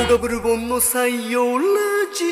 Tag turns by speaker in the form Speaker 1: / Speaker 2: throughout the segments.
Speaker 1: がブルボンの採用ラジ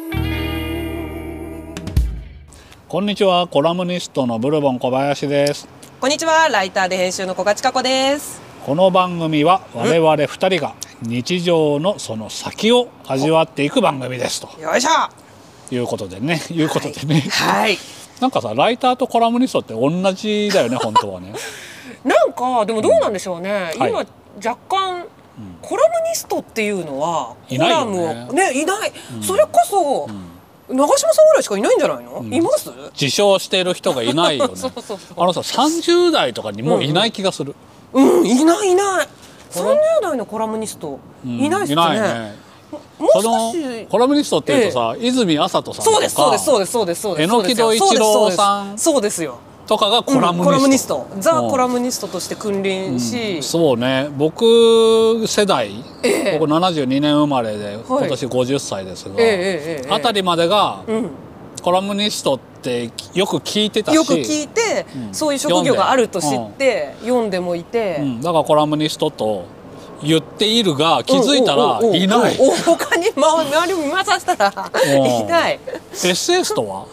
Speaker 1: オ。
Speaker 2: こんにちは、コラムニストのブルボン小林です。
Speaker 3: こんにちは、ライターで編集の小賀千佳子です。
Speaker 2: この番組は我々2人が日常のその先を味わっていく番組ですと
Speaker 3: よいしょ
Speaker 2: いうことでね、
Speaker 3: はい、
Speaker 2: なんかさ、ライターとコラムニストって同じだよね本当はね。
Speaker 3: なんかでもどうなんでしょうね、今
Speaker 2: はい
Speaker 3: 若干、コラムニストっていうのはコ
Speaker 2: いないよね
Speaker 3: ラムをいない、それこそ、長嶋さんぐらいしかいないんじゃないの、います？
Speaker 2: 自称している人がいないよね。
Speaker 3: そうさ
Speaker 2: 30代とかにもういない気がする。
Speaker 3: いない30代のコラムニスト、いないっすね。
Speaker 2: いないね。
Speaker 3: もしかし
Speaker 2: コラムニストっていうとさ、泉麻人さんとか、
Speaker 3: そうです。
Speaker 2: 榎木戸一郎さん
Speaker 3: そうですよ。
Speaker 2: とかがコラムニスト、
Speaker 3: ザ・コラムニストとして君臨し、
Speaker 2: そうね、僕世代、僕72年生まれで、今年50歳ですが、あたりまでが、コラムニストってよく聞いてたし、
Speaker 3: そういう職業があると知って読んでもいて、
Speaker 2: だからコラムニストと言っているが、気づいたらいない。
Speaker 3: 他に周りを見渡したらいない。
Speaker 2: エッセイストは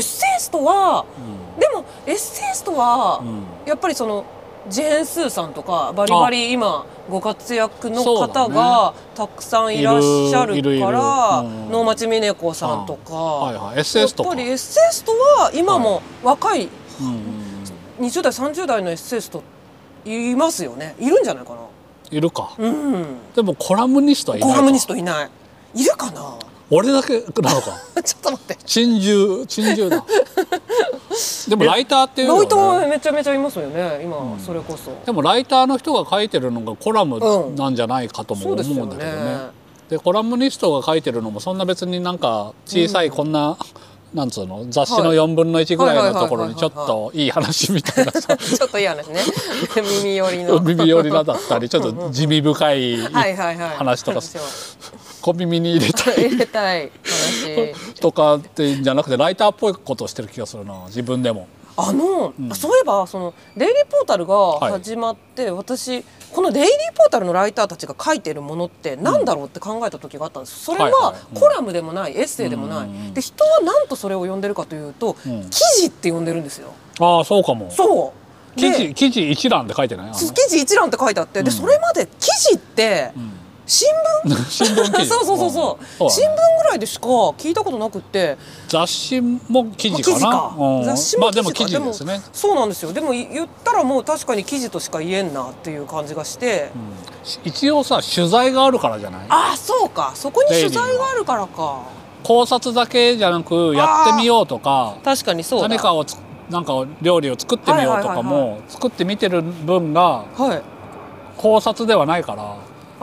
Speaker 3: でもエッセイストはやっぱりそのジェーン・スーさんとかバリバリ今ご活躍の方がたくさんいらっしゃるから能町みね子さんとか、
Speaker 2: エッセイストか。
Speaker 3: やっぱりエッセイストは今も若い20代30代のエッセイストいますよね。いるんじゃないかな。
Speaker 2: いるか。でもコラムニストはいないか。
Speaker 3: コラムニストいない。いるかな。
Speaker 2: 俺だけなのか。
Speaker 3: ちょっと待って。
Speaker 2: 珍獣だ。でもライターっていうのはね、
Speaker 3: ライターめちゃめちゃいますよね今、それこそ。
Speaker 2: でもライターの人が書いてるのがコラムなんじゃないかとも思うんだけどね。でコラムニストが書いてるのもそんな別になんか小さいこんな、なんつうの、雑誌の4分の1ぐらいのところにちょっといい話みたいなさ、
Speaker 3: ちょっといい話ね。耳寄り
Speaker 2: なだったり、ちょっと地味深い話とか、小耳に入れたい話とかってじゃなくて、ライターっぽいことをしてる気がするな、自分でも。
Speaker 3: そういえばそのデイリーポータルが始まって、私このデイリーポータルのライターたちが書いてるものって何だろうって考えた時があったんです。それはコラムでもないエッセイでもない、で人は何とそれを呼んでるかというと、記事って呼んでるんですよ。
Speaker 2: ああ、そうかも。
Speaker 3: そう
Speaker 2: 記事一覧って書いてない？
Speaker 3: 記事一覧って書いてあって、でそれまで記事って新聞記事そう新聞ぐらいでしか聞いたことなくって、
Speaker 2: 雑誌も記事かな。
Speaker 3: 雑誌も記事か。
Speaker 2: でも記事ですね。
Speaker 3: そうなんですよ。でも言ったらもう確かに記事としか言えんなっていう感じがして、
Speaker 2: 一応さ、取材があるからじゃない？
Speaker 3: ああ、そうか、そこに取材があるからか。
Speaker 2: 考察だけじゃなくやってみようとか、
Speaker 3: 確かにそうだ。
Speaker 2: 何かをなんか料理を作ってみようとかも、作ってみてる分が考察ではないから。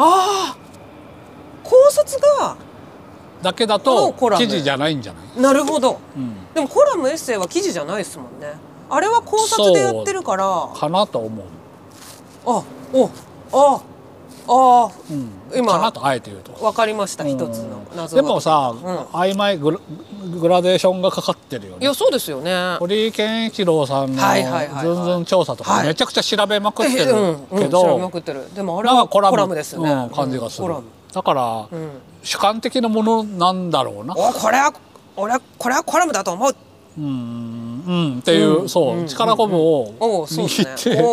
Speaker 3: 考察が
Speaker 2: だけだと記事じゃないんじゃない？
Speaker 3: なるほど、でもコラムエッセイは記事じゃないですもんね。あれは考察でやってるから
Speaker 2: かなと思う。
Speaker 3: 今
Speaker 2: かなとあえて言うと
Speaker 3: 分かりました。一つの謎
Speaker 2: でもさ、曖昧グラデーションがかかってるよね。
Speaker 3: いや、そうですよね。
Speaker 2: 堀井健一郎さんのズンズン調査とかめちゃくちゃ調べまくってるけど、
Speaker 3: 調べまくってる。でもあれはコラムですよね。
Speaker 2: 感じがする。だから主観的なものなんだろうな。
Speaker 3: これはコラムだと思う
Speaker 2: っていう、そう力こぶを握って、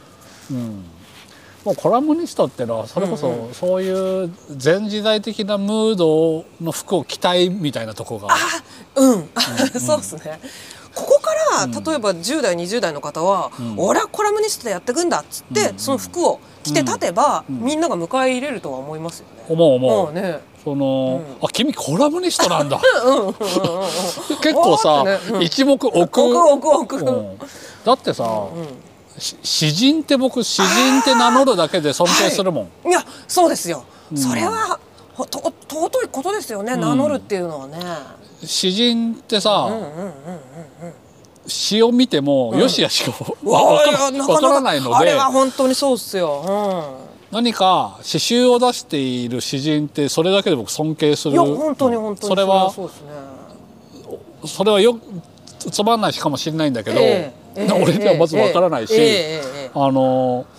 Speaker 2: もうコラムニストっていうのはそれこそそういう前時代的なムードの服を着たいみたいなとこが。
Speaker 3: そうですね。ここから例えば10代20代の方は、俺はコラムニストでやっていくんだっつって、その服を着て立てば、みんなが迎え入れるとは思いますよね。
Speaker 2: 思うね。君コラムニストなんだ。結構さ、一目置く。だってさ、詩人って僕詩人って名乗るだけで尊敬するもん。
Speaker 3: いや、そうですよ。それは尊いことですよね、名乗るっていうのはね。
Speaker 2: 詩人ってさ、詩を見てもよしあしがわからないので、
Speaker 3: あれは本当にそうっすよ。
Speaker 2: 何か詩集を出している詩人ってそれだけで僕尊敬する。
Speaker 3: いや、本当に
Speaker 2: それはつまんないしかもしれないんだけど、俺にはまずわからないし、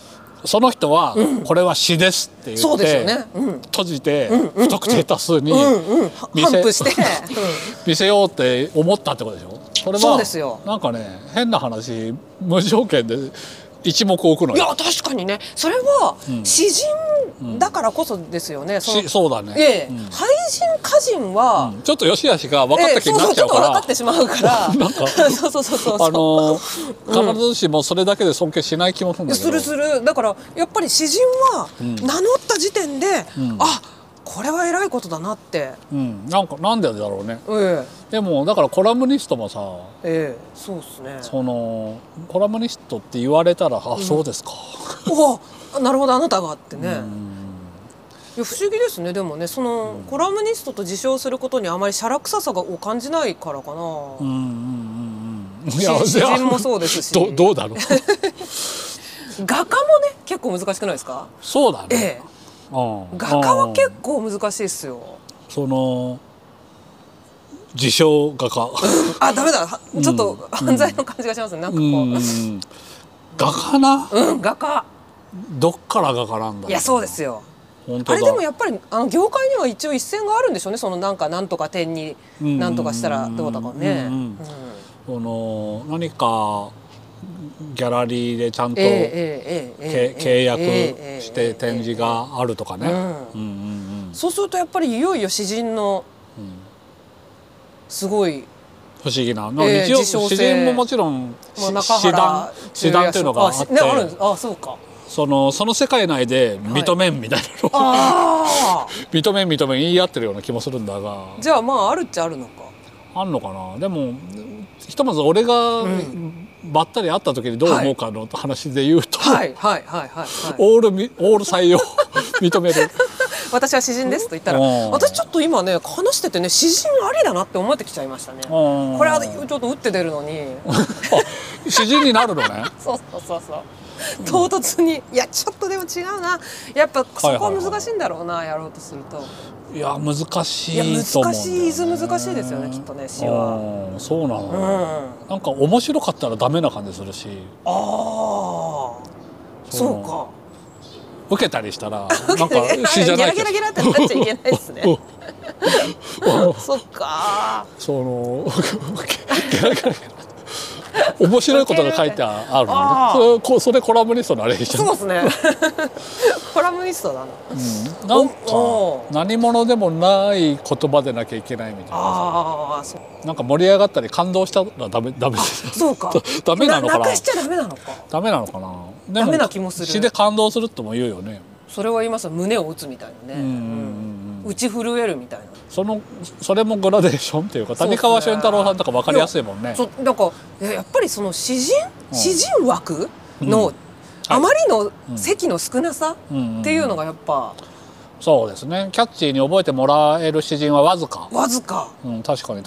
Speaker 2: その人はこれは詩ですって言
Speaker 3: そう
Speaker 2: って
Speaker 3: ですよね、
Speaker 2: 閉じて不特定多数に見
Speaker 3: 反布して、
Speaker 2: 見せようって思ったってことでしょ。それ
Speaker 3: そう
Speaker 2: は
Speaker 3: ですよ。
Speaker 2: なんかね変な話無条件で一目置くのよ。
Speaker 3: いや確かにねそれは詩人だからこそですよね。
Speaker 2: そうだね。
Speaker 3: 俳人歌人は、
Speaker 2: ちょっと良し悪しが分かった気になっちゃうから、
Speaker 3: ちょっと分かってしまうから
Speaker 2: なんか
Speaker 3: そう
Speaker 2: 必ずしもそれだけで尊敬しない気もするんだけど。
Speaker 3: するだからやっぱり詩人は名乗った時点で、あこれは偉いことだなって、
Speaker 2: なんでだろうね。でもだからコラムニストもさ、
Speaker 3: そうですね。
Speaker 2: そのコラムニストって言われたらそうですか。
Speaker 3: おなるほどあなたがってね。いや不思議ですね。でもねそのコラムニストと自称することにあまりしゃらくささを感じないからかな。詩人もそうですし。
Speaker 2: どうだろう。
Speaker 3: 画家もね結構難しくないですか。
Speaker 2: そうだね。
Speaker 3: 画家は結構難しいですよ。
Speaker 2: その自称画家。
Speaker 3: ダメだちょっと犯罪の感じがしますね。なんかこう
Speaker 2: 画家な。
Speaker 3: 画家。
Speaker 2: どっから画家なんだろう。
Speaker 3: いやそうですよ。
Speaker 2: 本当だ。
Speaker 3: あれでもやっぱり業界には一応一線があるんでしょうね。そのなんとか点になんとかしたらどうだかね。
Speaker 2: その何かギャラリーでちゃんと契約して展示があるとかね。
Speaker 3: そうするとやっぱりいよいよ詩人のすごい
Speaker 2: 不思議な、一応詩人ももちろん詩壇っていうのがあって、
Speaker 3: そうか。
Speaker 2: その世界内で認めんみたいなのを認めん言い合ってるような気もするんだが、
Speaker 3: じゃあまああるっちゃあるのか。
Speaker 2: あんのかな。でもひとまず俺がばったり会った時にどう思うかの話で言うと、オール採用認める。
Speaker 3: 私は詩人ですと言ったら、私ちょっと今ね話しててね詩人ありだなって思ってきちゃいましたね。これはちょっと打って出るのに
Speaker 2: 詩人になるのね。
Speaker 3: そう唐突にいやちょっとでも違うな。やっぱそこは難しいんだろうな、やろうとすると。
Speaker 2: いや難しいと思うんだよね。
Speaker 3: 難しいですよねきっとね詩は。
Speaker 2: そうなの。なんか面白かったらダメな感じするし。
Speaker 3: そうか。
Speaker 2: 受けたりしたらなんか詩じゃないけど
Speaker 3: ゲラってなっちゃいけないですね。そっか。
Speaker 2: 面白いことが書いてあるのね。それコラムニストのあれでしょ。
Speaker 3: そうですね。コラムニストだな。
Speaker 2: なんか何者でもない言葉でなきゃいけないみたいな。なんか盛り上がったり感動したらダメです。
Speaker 3: そうか。
Speaker 2: ダメなのかな。
Speaker 3: 泣かしちゃダメなのか。
Speaker 2: ダメなのかな。
Speaker 3: ダメな気もする。
Speaker 2: 詩で感動するとも言うよね。
Speaker 3: それは言います。胸を打つみたいなね。打ち震えるみたいな。
Speaker 2: それもグラデーションっていうか、谷川俊太郎さんとか分かりやすいもんね。
Speaker 3: なんかやっぱりその詩人枠のあまりの席の少なさっていうのがやっぱ。
Speaker 2: そうですね。キャッチーに覚えてもらえる詩人はわずか。確かに。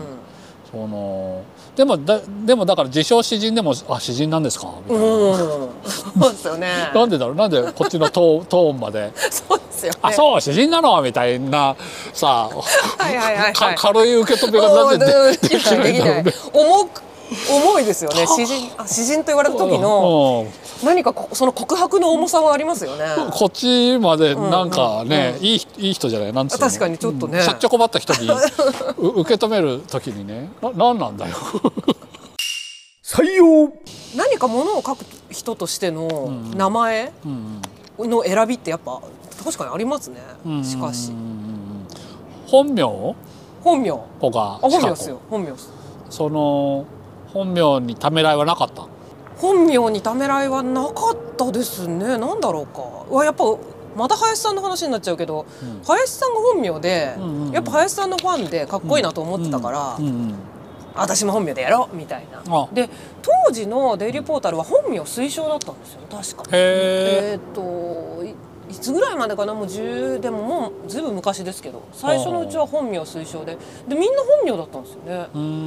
Speaker 2: でもだから自称詩人でも詩人なんですかみたいな。
Speaker 3: そうですよね。
Speaker 2: なんでだろう。なんでこっちのトーンまで。
Speaker 3: そうですよね。
Speaker 2: そう詩人なのみたいなさ、軽い受け止めがなんでできないんだろうね。
Speaker 3: 重いですよね。詩人と言われた時の何かその告白の重さはありますよね。
Speaker 2: こっちまでなんかね、いい人じゃない。なんつうの。
Speaker 3: 確かにちょっとね。
Speaker 2: しょっちょこばった人に受け止める時にね、なんなんだよ。
Speaker 1: 採用。
Speaker 3: 何かものを書く人としての名前の選びってやっぱ確かにありますね。しかし
Speaker 2: 本名とか。
Speaker 3: 本名ですよ。本名。
Speaker 2: その本名にためらいはなかった。
Speaker 3: 本名にためらいはなかったですね。なんだろうか。やっぱまた林さんの話になっちゃうけど、林さんが本名で、やっぱ林さんのファンでかっこいいなと思ってたから、私も本名でやろうみたいな。で当時のデイリーポータルは本名推奨だったんですよ確か。いつぐらいまでかな。もうでももうずいぶん昔ですけど、最初のうちは本名推奨でみんな本名だったんですよね。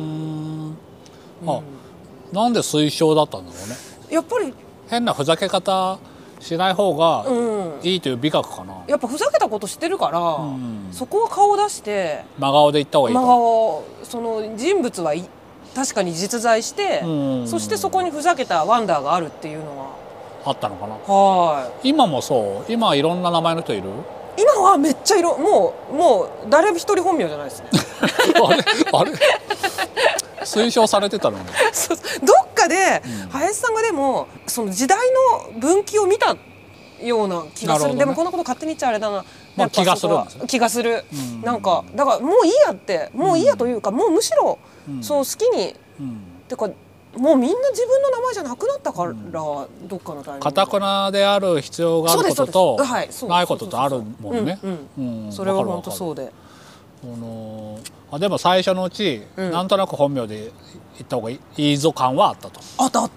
Speaker 2: なんで推奨だったんだろうね。
Speaker 3: やっぱり
Speaker 2: 変なふざけ方しない方がいいという美学かな。
Speaker 3: やっぱふざけたことしてるから、そこは顔を出して
Speaker 2: 真顔で言った方がいいと。
Speaker 3: 真顔、その人物は確かに実在して、そしてそこにふざけたワンダーがあるっていうのは
Speaker 2: あったのかな。
Speaker 3: はい。
Speaker 2: 今もそう。今いろんな名前の人いる？
Speaker 3: 今はめっちゃもう誰一人本名じゃないですね。
Speaker 2: あれ推奨されてたのに。
Speaker 3: そうどっかで、林さんがでもその時代の分岐を見たような気がする。
Speaker 2: ね、
Speaker 3: でもこんなこと勝手に言っちゃあれだな。
Speaker 2: まあ、気がするんですね。
Speaker 3: 気がする。なんかだからもういいやってもういいやというか、もうむしろ、そう好きに、てかもうみんな自分の名前じゃなくなったから、どっかのタイミングで
Speaker 2: カタカナである必要があることとないこととあるもんね。
Speaker 3: それは本当そうで。
Speaker 2: でも最初のうち、なんとなく本名で言った方がいいぞ感はあったと。
Speaker 3: あったあった。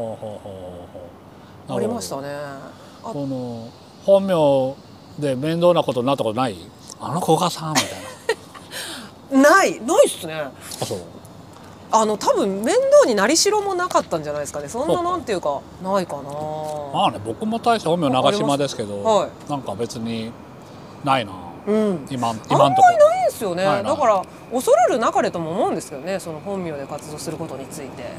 Speaker 3: ありましたね。
Speaker 2: 本名で面倒なことになったことない？あの古賀さんみたいな。
Speaker 3: ないっすね。
Speaker 2: あ、そう。
Speaker 3: 多分面倒になりしろもなかったんじゃないですかね。そんななんていうかないかな。
Speaker 2: まあね、僕も大して本名長島ですけど、なんか別にないな。今んとこあんまり
Speaker 3: ないんですよね。だから恐れるなかれとも思うんですけどね、その本名で活動することについて。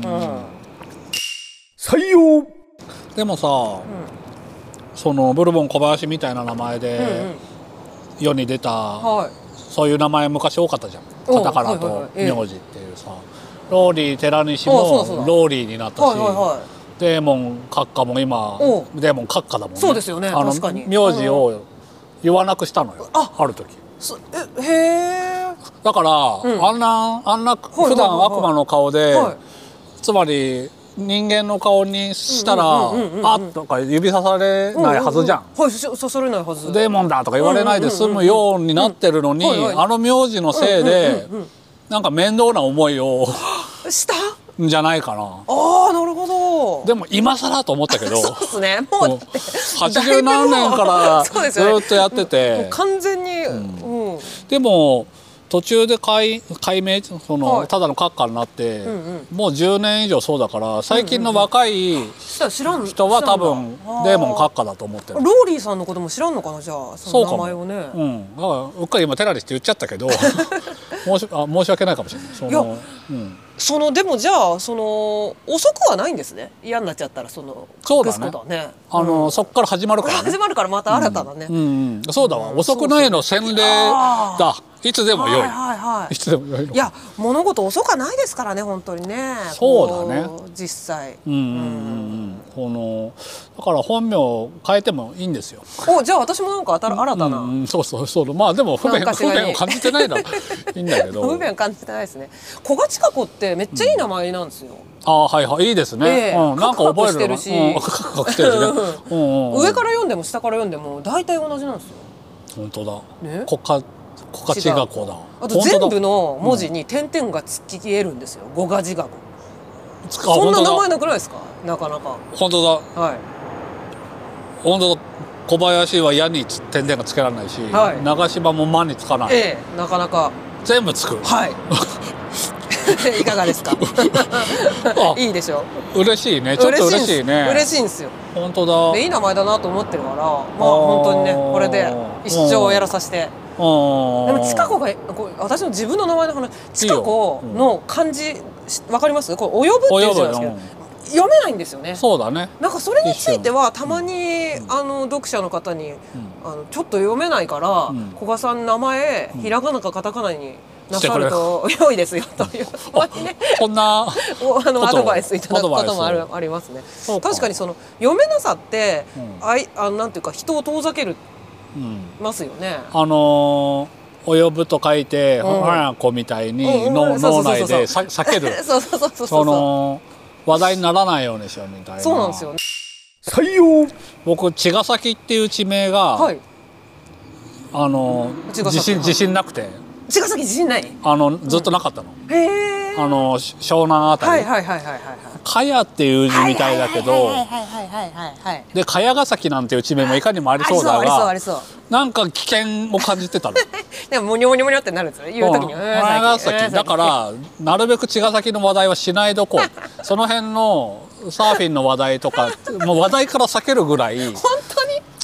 Speaker 1: 採用。
Speaker 2: でもさ、そのブルボン小林みたいな名前で世に出た、そういう名前昔多かったじゃん。カタカナと名字っていうさ、ローリー寺西もローリーになったし、デーモン閣下も今デーモン閣下だもんね。
Speaker 3: そうですよね。確かに
Speaker 2: 名字を言わなくしたのよ、ある時。
Speaker 3: へえ。
Speaker 2: だから、あんな普段悪魔の顔で、つまり人間の顔にしたら「あっ」とか指さされないはずじゃん。
Speaker 3: はい、刺されないはず。
Speaker 2: デーモンだとか言われないで済むようになってるのに、あの名字のせいでなんか面倒な思いを
Speaker 3: した
Speaker 2: んじゃないかな。
Speaker 3: ああ、なるほど。
Speaker 2: でも今更と思ったけど、
Speaker 3: そうですね。もう
Speaker 2: 80何年からずっとやってて、
Speaker 3: 完全に。
Speaker 2: でも途中で解明ただの閣下になって、もう10年以上そうだから、最近の若い人は多分デーモン閣下だと思ってる。
Speaker 3: ローリーさんのことも知らんのかな、じゃあその名前をね。
Speaker 2: だからうっかり今テラリスって言っちゃったけど申し訳ないかもしれない。
Speaker 3: でもじゃあ遅くはないんですね。嫌になっちゃったら
Speaker 2: 隠すことはね。そっから始まるからね。
Speaker 3: 始まるからまた新たなね。
Speaker 2: そうだわ。遅くないの洗礼だ。いつでも良い。いつでも良いの。
Speaker 3: いや、物事遅かないですからね、本当にね。
Speaker 2: そうだね。
Speaker 3: 実際。
Speaker 2: だから本名変えてもいいんですよ。
Speaker 3: じゃあ私もなんか新たな。
Speaker 2: そう。まあでも不便を感じてないのいいんだけど。
Speaker 3: 不便感じてないですね。古賀千佳子ってめっちゃいい名前なんですよ。
Speaker 2: いいですね。なんか覚えるの。
Speaker 3: 上から読んでも下から読んでも大体同じなんですよ。
Speaker 2: 本当だ。古賀千佳子だ。
Speaker 3: あと全部の文字に点々が突き消えるんですよ。五賀字学。そんな名前なくないですか。なかなか。
Speaker 2: 本当だ。はい。本当だ。小林は矢に点々がつけられないし、長島も間につかない。
Speaker 3: なかなか。
Speaker 2: 全部つく。
Speaker 3: はい。いかがですか。いいでしょ
Speaker 2: う。嬉しいね。ちょっと嬉しいね。
Speaker 3: 嬉しいんですよ。
Speaker 2: 本当だ。
Speaker 3: いい名前だなと思ってるから、まあ本当にね、これで一生やらさせて。でも千佳子が私の自分の名前の話、千佳子の漢字わかります？これ及ぶって言うじゃないですか。読めないんですよね。
Speaker 2: そうだね。
Speaker 3: なんかそれについてはたまに読者の方にちょっと読めないから古賀さん名前ひらがなかカタカナになさると良いですよという
Speaker 2: こんな
Speaker 3: アドバイスいただくこともありますね。確かにその読めなさってなんていうか人を遠ざけるますよね。
Speaker 2: 及ぶと書いて花子みたいに脳内で避ける。その話題にならないようにしようみたいな。
Speaker 3: そうなんですよね。
Speaker 1: 採用。
Speaker 2: 僕茅ヶ崎っていう地名が自信なくて。
Speaker 3: 茅ヶ崎自信ない？
Speaker 2: ずっとなかったの。
Speaker 3: へえ。
Speaker 2: 湘南あたり。茅っていう字みたいだけど、で茅ヶ崎なんていう地名もいかにもありそうだが、なんか危険を感じてたの。
Speaker 3: でもモニョモニョモニョってなるんですよ。言う時に
Speaker 2: 茅ヶ崎だからなるべく茅ヶ崎の話題はしないどこう。その辺のサーフィンの話題とかもう話題から避けるぐらい。
Speaker 3: 本当に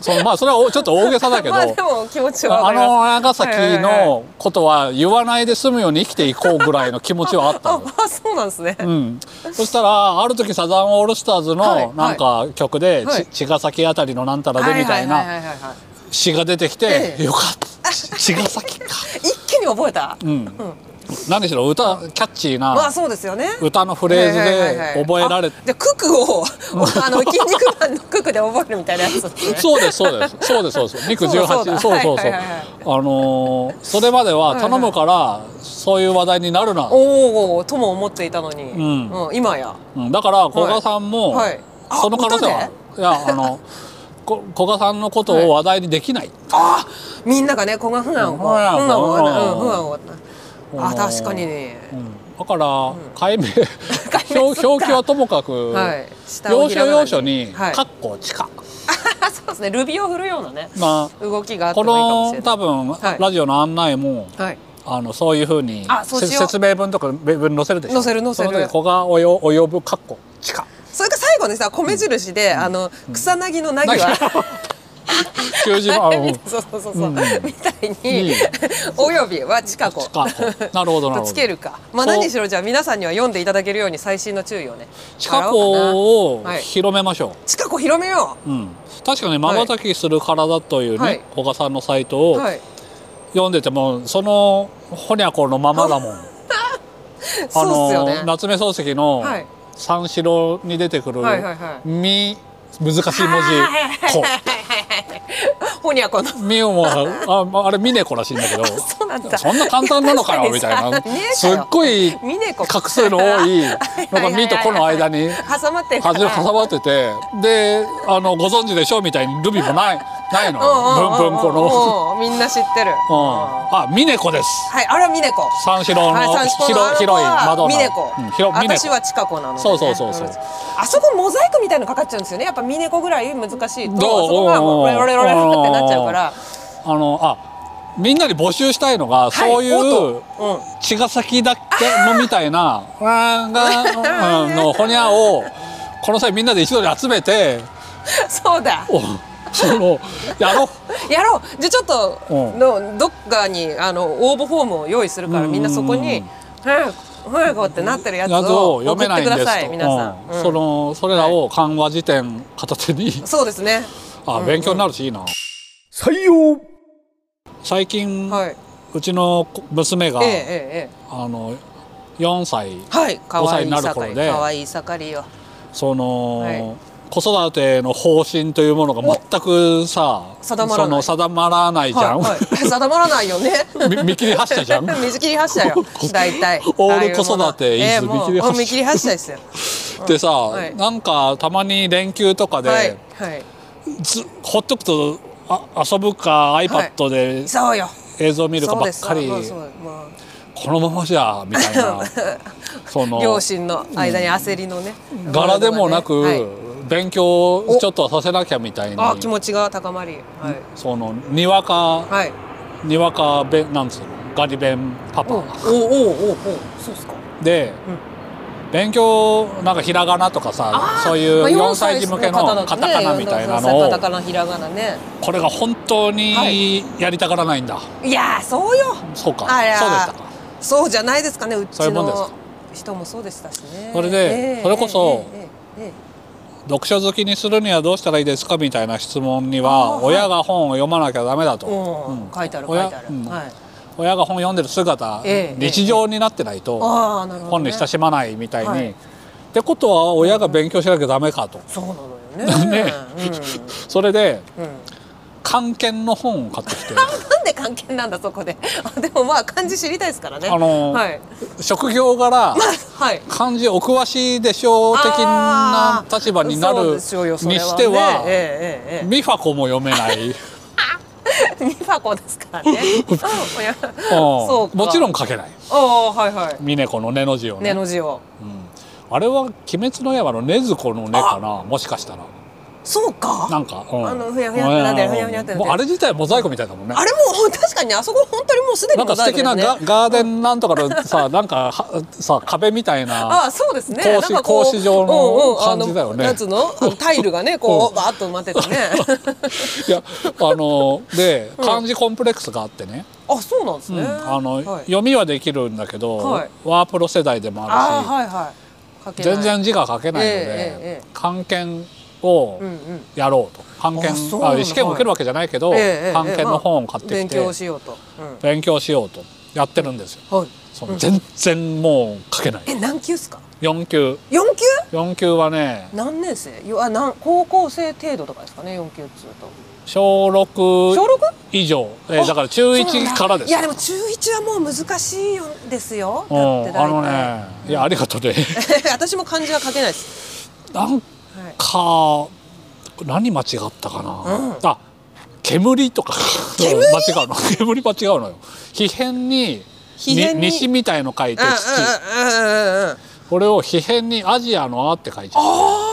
Speaker 2: まあそれはちょっと大げさだけど、
Speaker 3: まあでも気持ちはわかります。
Speaker 2: 長崎のことは言わないで済むように生きていこうぐらいの気持ちはあったの。
Speaker 3: あ、そうなんですね。
Speaker 2: そしたらある時サザンオールスターズのなんか曲で
Speaker 3: はい
Speaker 2: 茅ヶ崎あたりのなんたらでみたいな詩が出てきて、よかった茅ヶ崎か
Speaker 3: 一気に覚えた。
Speaker 2: 何しろ歌キャッチーな、
Speaker 3: まあそうですよね。
Speaker 2: 歌のフレーズで覚えられて、
Speaker 3: じゃあククを筋肉マンのククで覚えるみたいなやつですね。
Speaker 2: そうですそうですそうですそうです肉18そうそうそうそれまでは頼むからそういう話題になるな
Speaker 3: おおとも思っていたのに、今や
Speaker 2: だから古賀さんもその可能性はある。いや古賀さんのことを話題にできない。
Speaker 3: あ、みんながね古賀不安をあ、確かにね。
Speaker 2: だから解明表記はともかく要所要所にカッコ地下、
Speaker 3: そうですね、ルビを振るようなね動きがあって
Speaker 2: こ
Speaker 3: もいいかもしれない。
Speaker 2: の多分ラジオの案内もそういうふうに説明文とか文載せるでしょ。
Speaker 3: 載せる。
Speaker 2: その時古賀を呼ぶカッコ地下。
Speaker 3: それか最後にさ米印で草薙の薙は
Speaker 2: 給仕
Speaker 3: そうみたいにおよびは近子
Speaker 2: なるほどなるほど
Speaker 3: つけるか。まあ何しろじゃあ皆さんには読んでいただけるように細心の注意をね
Speaker 2: 近子を広めましょう。
Speaker 3: 近子広めよう。
Speaker 2: 確かに瞬きする体というね古賀さんのサイトを読んでてもそのほにゃこのままだもん。
Speaker 3: そうっすよね。
Speaker 2: 夏目漱石の三四郎に出てくるみ難しい文字子
Speaker 3: ほにゃこの
Speaker 2: みおもあれミネコらしいんだけど
Speaker 3: そうなんだ、
Speaker 2: そんな簡単なのかよみたいなすっごい画数の多いのがみとこの間に
Speaker 3: 挟まって
Speaker 2: てでご存知でしょみたいにルビもないの文庫の
Speaker 3: みんな知ってる。
Speaker 2: あ、ミネコです。
Speaker 3: はい、あれはミネコ。
Speaker 2: 三四郎の広い窓の
Speaker 3: ミネコ。私は近子なので。そう。あそこモザイクみたいのかかっちゃうんですよね。やっぱミネコぐらい難しいとあそこがロレロレロレってなっちゃうから。
Speaker 2: みんなに募集したいのがそういう茅ヶ崎だけのみたいなのほにゃをこの際みんなで一度に集めて。
Speaker 3: そうだ。
Speaker 2: やろう
Speaker 3: じゃあちょっとどっかに応募フォームを用意するからみんなそこにふやこってなってるやつを送ってください皆さん。
Speaker 2: それらを漢和辞典片手に
Speaker 3: そうですね。
Speaker 2: 勉強になるしいいな。
Speaker 1: 採用。
Speaker 2: 最近うちの娘が4歳5歳になる頃で
Speaker 3: かわいい盛りよ。
Speaker 2: 子育ての方針というものが全くさ定まらないじゃん。
Speaker 3: 定まらないよね。
Speaker 2: 見切り発車じゃん。
Speaker 3: 見切り発車よ。大体。
Speaker 2: オール子育てイズ
Speaker 3: 見切り発車ですよ。
Speaker 2: でさ、なんかたまに連休とかでほっとくと遊ぶか iPad で映像見るかばっかり。このままじゃみたいな。
Speaker 3: 両親の間に焦りのね。
Speaker 2: 柄でもなく。勉強ちょっとさせなきゃみたいに
Speaker 3: 気持ちが高まり、
Speaker 2: にわかなんつうのガリ勉パパ
Speaker 3: そうですか。
Speaker 2: で勉強なんかひらがなとかさそういう4歳児向けのカタカナみたいなのをこれが本当にやりたがらないんだ。
Speaker 3: いやそうよ。
Speaker 2: そうかそうでしたか。
Speaker 3: そうじゃないですかね。うちの人もそうでしたしね。
Speaker 2: それでそれこそ読書好きにするにはどうしたらいいですかみたいな質問には親が本を読まなきゃダメだと。
Speaker 3: 書いてある。
Speaker 2: 親が本読んでる姿日常になってないと本に親しまないみたいに。ってことは親が勉強しなきゃダメかと。
Speaker 3: そうなのよね。
Speaker 2: それで漢検の本を買ってきて。
Speaker 3: なんで漢検なんだそこで。でもまあ漢字知りたいですからね。
Speaker 2: 職業柄漢字お詳しいでしょう的な立場になるにしてはミファコも読めない。
Speaker 3: ミファコですからね。
Speaker 2: もちろん書けない。峰子の根の字をね。
Speaker 3: 根の字を。
Speaker 2: あれは鬼滅の刃の禰豆子の根かなもしかしたら。
Speaker 3: そうか。
Speaker 2: なんか、
Speaker 3: ふやふやってなってる、ふやふやってなってる。
Speaker 2: もうあれ自体モザイクみたいだもんね。
Speaker 3: あれも確かにあそこ本当にもうすでに
Speaker 2: なんか素敵なガーデンなんとかのさ、なんかさ壁みたいな。
Speaker 3: あ、そうですね。
Speaker 2: 格子状の感じだよね。
Speaker 3: なんつうの、タイルがね、こうバーッと埋まっててね。
Speaker 2: いや、で漢字コンプレックスがあってね。
Speaker 3: あ、そうなんですね。
Speaker 2: 読みはできるんだけど、ワープロ世代でもあるし、全然字が書けないので、漢検をやろうと。漢検、試験を受けるわけじゃないけど、漢検の本を買ってきて
Speaker 3: 勉強しようと
Speaker 2: やってるんですよ。全然もう書けない。
Speaker 3: 何級ですか
Speaker 2: ？4級。4級はね、
Speaker 3: 何年生？高校生程度とかですかね、4級っつうと。
Speaker 2: 小6以上、だから中1からです。
Speaker 3: いやでも中1はもう難しいですよ。だって大体。
Speaker 2: いやありがとうね。
Speaker 3: 私も漢字は書けないです。
Speaker 2: なんか何間違ったかな。あ、煙とか間違うの。煙間違うのよ。皮片に西みたいの書いて土。これを皮片にアジアの「あ」って書いちゃう。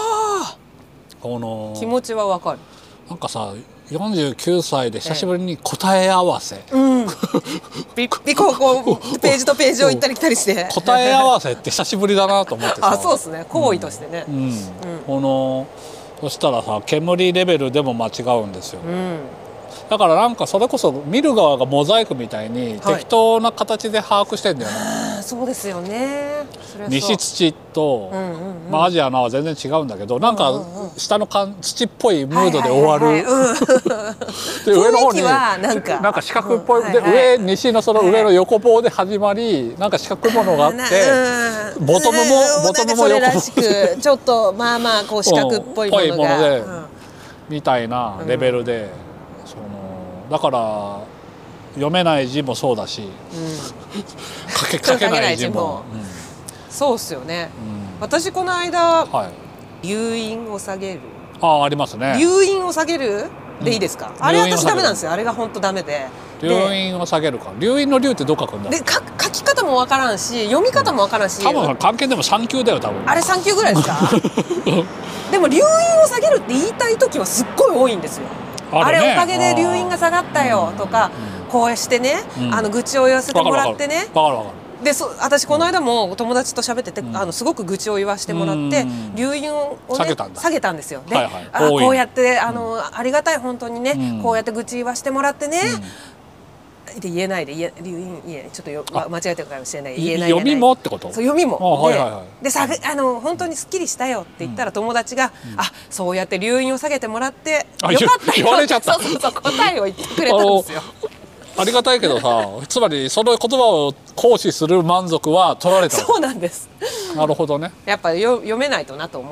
Speaker 3: 気持ちはわかる。
Speaker 2: なんかさ、49歳で久しぶりに答え合わせ、
Speaker 3: こうページとページを行ったり来たりして
Speaker 2: 答え合わせって久しぶりだなと思ってさ。
Speaker 3: あ、そうですね、行為としてね。
Speaker 2: そしたらさ、煙レベルでも間違うんですよ。だからなんかそれこそ見る側がモザイクみたいに適当な形で把握してんだよね。
Speaker 3: そうですよね。
Speaker 2: 西土とアジアのは全然違うんだけど、なんか下の土っぽいムードで終わる。で上の方になんか四角っぽいで、上西のその上の横棒で始まり、なんか四角いものがあって、ボトムも横棒
Speaker 3: ちょっとまあまあこう四角っぽいもので
Speaker 2: みたいなレベルで。だから読めない字もそうだし、書けない字も
Speaker 3: そうっすよね。私この間留飲を下げる、
Speaker 2: ありますね。
Speaker 3: 留飲を下げるでいいですか？あれ私ダメなんですよ。あれが本当ダメで。
Speaker 2: 留飲を下げるか。留飲の留ってどう書くんだ？
Speaker 3: で書き方もわからんし、読み方もわからんし。
Speaker 2: 多分漢検でも3級だよ多分。
Speaker 3: あれ3級ぐらいですか？でも留飲を下げるって言いたい時はすっごい多いんですよ。あれおかげで留飲が下がったよとか、こうしてね、愚痴を言わせてもらってね。で、私この間も友達と喋ってて、すごく愚痴を言わせてもらって留飲を下げたんですよ。で、こうやってありがたい本当にね、こうやって愚痴言わせてもらってね。で言えないで留飲ちょっと間違えてるかもしれない。言えない。
Speaker 2: 読みもってこと？
Speaker 3: そう、読みも。で本当にすっきりしたよって言ったら友達がそうやって留飲を下げてもらってよかったよ。
Speaker 2: 言われちゃった。
Speaker 3: そう答えを言ってくれたんですよ。
Speaker 2: ありがたいけどさ、つまりその言葉を行使する満足は取られた。
Speaker 3: そうなんです。
Speaker 2: なるほどね。
Speaker 3: やっぱ読めないとなと思って。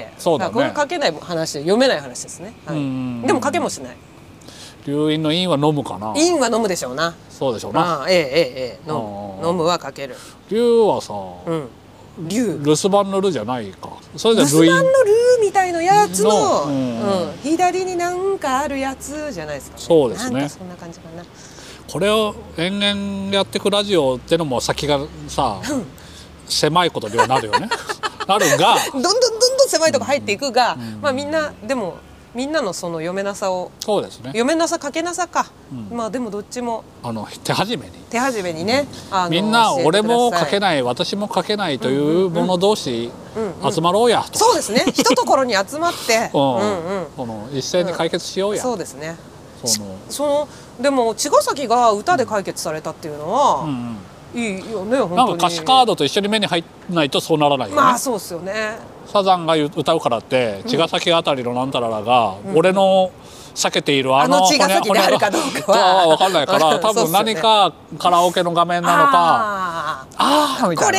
Speaker 2: そうだね。
Speaker 3: これ書けない話で読めない話ですね。でも書けもしない。
Speaker 2: 留飲の飲は飲むかな。
Speaker 3: 飲は飲むでしょうな。
Speaker 2: そうでしょうな。
Speaker 3: 飲むは書ける。
Speaker 2: 留はさ、留留守番の留じゃないか。それで
Speaker 3: 留守番の留みたいなやつの左になんかあるやつじゃないですか。
Speaker 2: そうですね。
Speaker 3: そんな感じかな。
Speaker 2: これを延々やってくラジオってのも先がさ、狭いことにはなるよね。なるが、
Speaker 3: どんどん狭いとこ入っていくが、まあみんなでも。みんなのその読めなさを、
Speaker 2: そうですね、
Speaker 3: 読めなさ書けなさか、まあでもどっちも
Speaker 2: 手始めにね、
Speaker 3: み
Speaker 2: んな俺も書けない私も書けないという者同士集まろうやと。
Speaker 3: そうですね、一ところに集まって
Speaker 2: 一斉に解決しようや。
Speaker 3: そうですね。でも茅ヶ崎が歌で解決されたっていうのはいいよね。本当に
Speaker 2: なんか歌詞カードと一緒に目に入らないとそうならないよね。
Speaker 3: まあそうですよね。
Speaker 2: サザンが歌うからって茅ヶ崎あたりのなんたららが俺の避けている
Speaker 3: 茅ヶ崎であるかどうかは
Speaker 2: 分かんないから多分何かカラオケの画面なのかみたいな。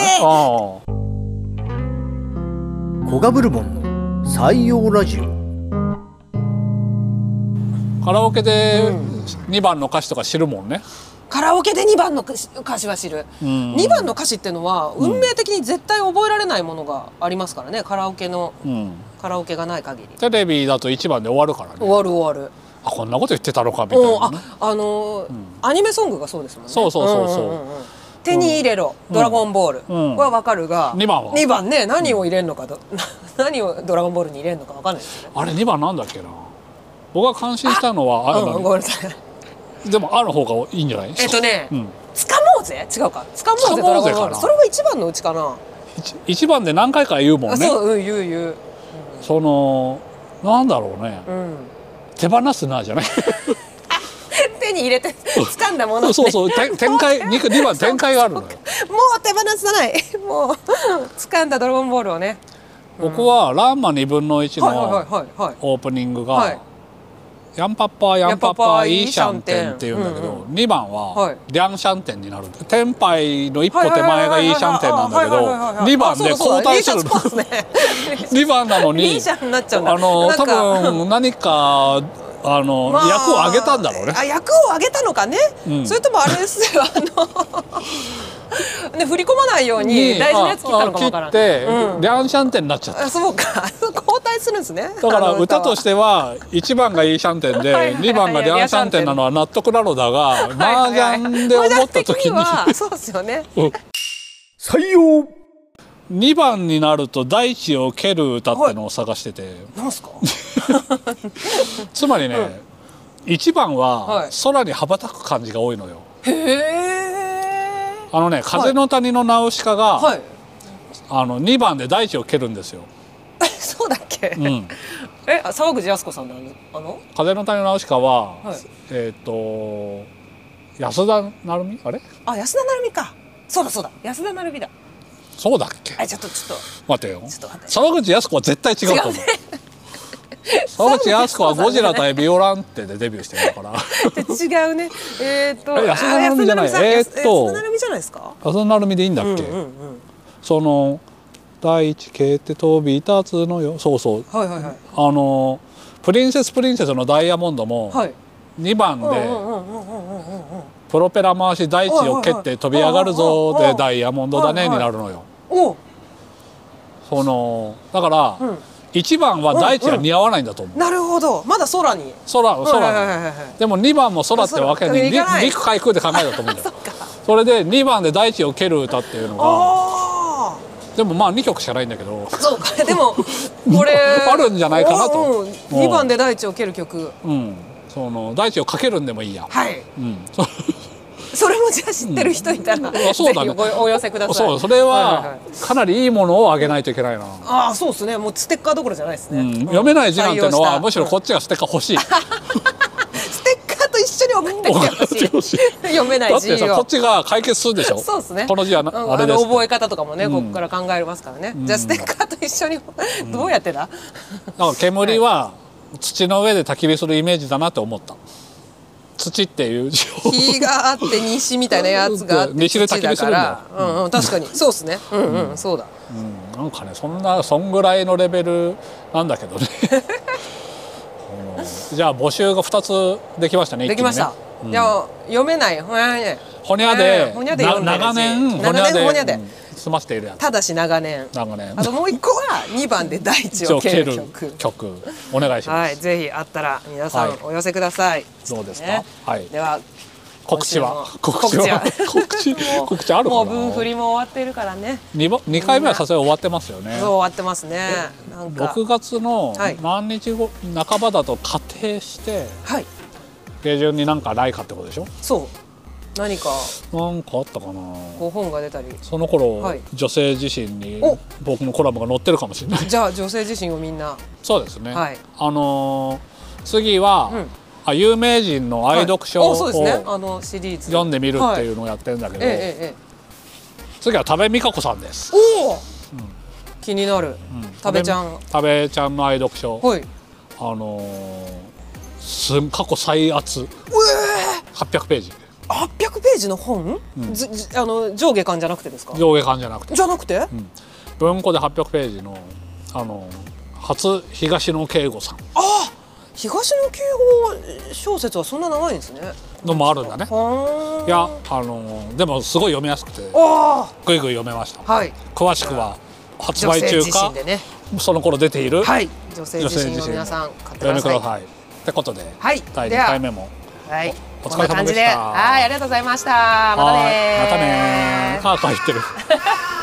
Speaker 1: コガブルボンの採用ラジオ。
Speaker 2: カラオケで2番の歌詞とか知るもんね。
Speaker 3: カラオケで2番の歌詞は知る。2番の歌詞っていうのは運命的に絶対覚えられないものがありますからね。カラオケがない限り。
Speaker 2: テレビだと1番で終わるからね。
Speaker 3: 終わる。
Speaker 2: こんなこと言ってたのかみたいなね。
Speaker 3: アニメソングがそうですもんね。
Speaker 2: そう。
Speaker 3: 手に入れろ、ドラゴンボールはわかるが、
Speaker 2: 2番は
Speaker 3: 2番ね、何を入れるのか何をドラゴンボールに入れるのかわかんないですよね。
Speaker 2: あれ2番なんだっけな。僕が感心したのは
Speaker 3: ごめんなさい。
Speaker 2: でもある方がいいんじゃない？
Speaker 3: つかもうぜ違うか、つかもうぜドラゴンボール、それは1番のうちかな。
Speaker 2: 1番で何回か言うもんね。
Speaker 3: そう、言う。
Speaker 2: そのなんだろうね、手放すなじゃない
Speaker 3: 手に入れて掴んだもの、ね、
Speaker 2: そう展開2番展開があるのよ。もう
Speaker 3: 手放さない。もう掴んだドラゴンボールをね。
Speaker 2: 僕はランマ2分の1のオープニングがヤンパッパーヤンパッパーイーシャンテンっていうんだけど、2番はリャンシャンテンになる。テンパイの一歩手前がイーシャンテンなんだけど、2番で交代するの。2番なのに多分何か役を上げたんだろうね。
Speaker 3: 役を上げたのかね。それともあれですよ、ね、振り込まないように大事なやつ切ったのかもわからん。
Speaker 2: 切ってリャンシャンテンになっちゃった。
Speaker 3: そうか、交代するんですね。
Speaker 2: だから歌としては1番がイーシャンテンで2番がリャンシャンテンなのは納得なのだが、麻雀で思った時に
Speaker 3: そうですよね。
Speaker 1: 採用。
Speaker 2: 2番になると大地を蹴る歌ってのを探してて、
Speaker 3: なんすか
Speaker 2: つまりね、1番は空に羽ばたく感じが多いのよ。
Speaker 3: へえ。
Speaker 2: 風の谷のナウシカが2番で大地を蹴るんですよ。
Speaker 3: そうだっけ？沢口靖子さんの
Speaker 2: 風の谷のナウシカは安田成美、あれ？
Speaker 3: 安田成美か。そうだ安田成美だ。
Speaker 2: そうだっけ？
Speaker 3: ちょっと
Speaker 2: 待てよ。沢口靖子は絶対違うと思う。沢口靖子はゴジラ対ビオランテでデビューしてるから
Speaker 3: 違うね。
Speaker 2: 安田成美じゃない。
Speaker 3: 安田成美じゃないですか。
Speaker 2: 安田成美でいいんだっけ？その大地蹴って飛び立つのよ。そうそう。プリンセスのダイヤモンドも2番でプロペラ回し大地を蹴って飛び上がるぞでダイヤモンドだねになるのよ。だから1番は大地は似合わないんだと思う。
Speaker 3: なるほど。まだ空に。
Speaker 2: でも2番も空ってわけに陸海空で考えたと思うんだよ。それで2番で大地を蹴る歌っていうのが、でも2曲しかないんだけど、
Speaker 3: そうか。でもこれ
Speaker 2: あるんじゃないかなと。
Speaker 3: 2番で大地を蹴る曲。
Speaker 2: 大地をかけるんでもいいや。
Speaker 3: はい。それもじゃあ知ってる人いたら、ぜひお寄せください。
Speaker 2: それはかなりいいものをあげないといけないな。
Speaker 3: そうですね。もうステッカーどころじゃないですね。
Speaker 2: 読めない字なんてのはむしろこっちがステッカー欲しい。
Speaker 3: ステッカーと一緒に送ってきてほしい。読めない字を。だってさ、
Speaker 2: こっちが解決するでしょ。
Speaker 3: そうですね。
Speaker 2: この字はあれです。
Speaker 3: 覚え方とかもね、ここから考えますからね。じゃあステッカーと一緒にどうやってだ。
Speaker 2: だから煙は土の上で焚き火するイメージだなって思った。土っていう字を
Speaker 3: 火があって西みたいなやつがあって
Speaker 2: 西で焚き火するんだよ。
Speaker 3: 確かにそうですね。そうだ。
Speaker 2: なんかね、そんぐらいのレベルなんだけどね。じゃあ募集が2つできましたね。
Speaker 3: できました。じゃあ読めないほにゃ
Speaker 2: で長年ほにゃで済ませているやつ。
Speaker 3: ただし長年。あともう一個は2番で大地を蹴る
Speaker 2: 曲お願いします。
Speaker 3: はい、ぜひあったら皆さんお寄せください。
Speaker 2: どうですか。はい。
Speaker 3: では
Speaker 2: 告知あるかな。
Speaker 3: もう分振りも終わっているからね。
Speaker 2: 2回目はさすがに終わってますよね。
Speaker 3: そう終わってますね。
Speaker 2: 6月の何日後半ばだと仮定して下旬になんかないかってことでしょ。
Speaker 3: そう。何か
Speaker 2: なんかあったかな。
Speaker 3: 本が出たり。
Speaker 2: その頃女性自身に僕のコラムが載ってるかもしれない。
Speaker 3: じゃあ女性自身をみんな。
Speaker 2: そうですね。次は有名人の愛読書を読んでみるっていうのをやってるんだけど、次は多部未華子さんです。
Speaker 3: 気になる。多部ちゃん
Speaker 2: の愛読書、過去最厚800ページ。
Speaker 3: 800ページの本？上下巻じゃなくてですか？
Speaker 2: 上下巻じゃなくて。文庫で800ページの初東野圭吾さん。
Speaker 3: 東野圭吾小説はそんな長いんですね。
Speaker 2: のもあるんだね。いやでもすごい読みやすくてぐいぐい読めました。詳しくは発売中かその頃出ている
Speaker 3: 女性自身の皆さん買ってください。
Speaker 2: 読みくださいってことで第2回目も
Speaker 3: はい、
Speaker 2: お疲れ様でした。
Speaker 3: はい、ありがとうございました。またね。
Speaker 2: またね。書いてる。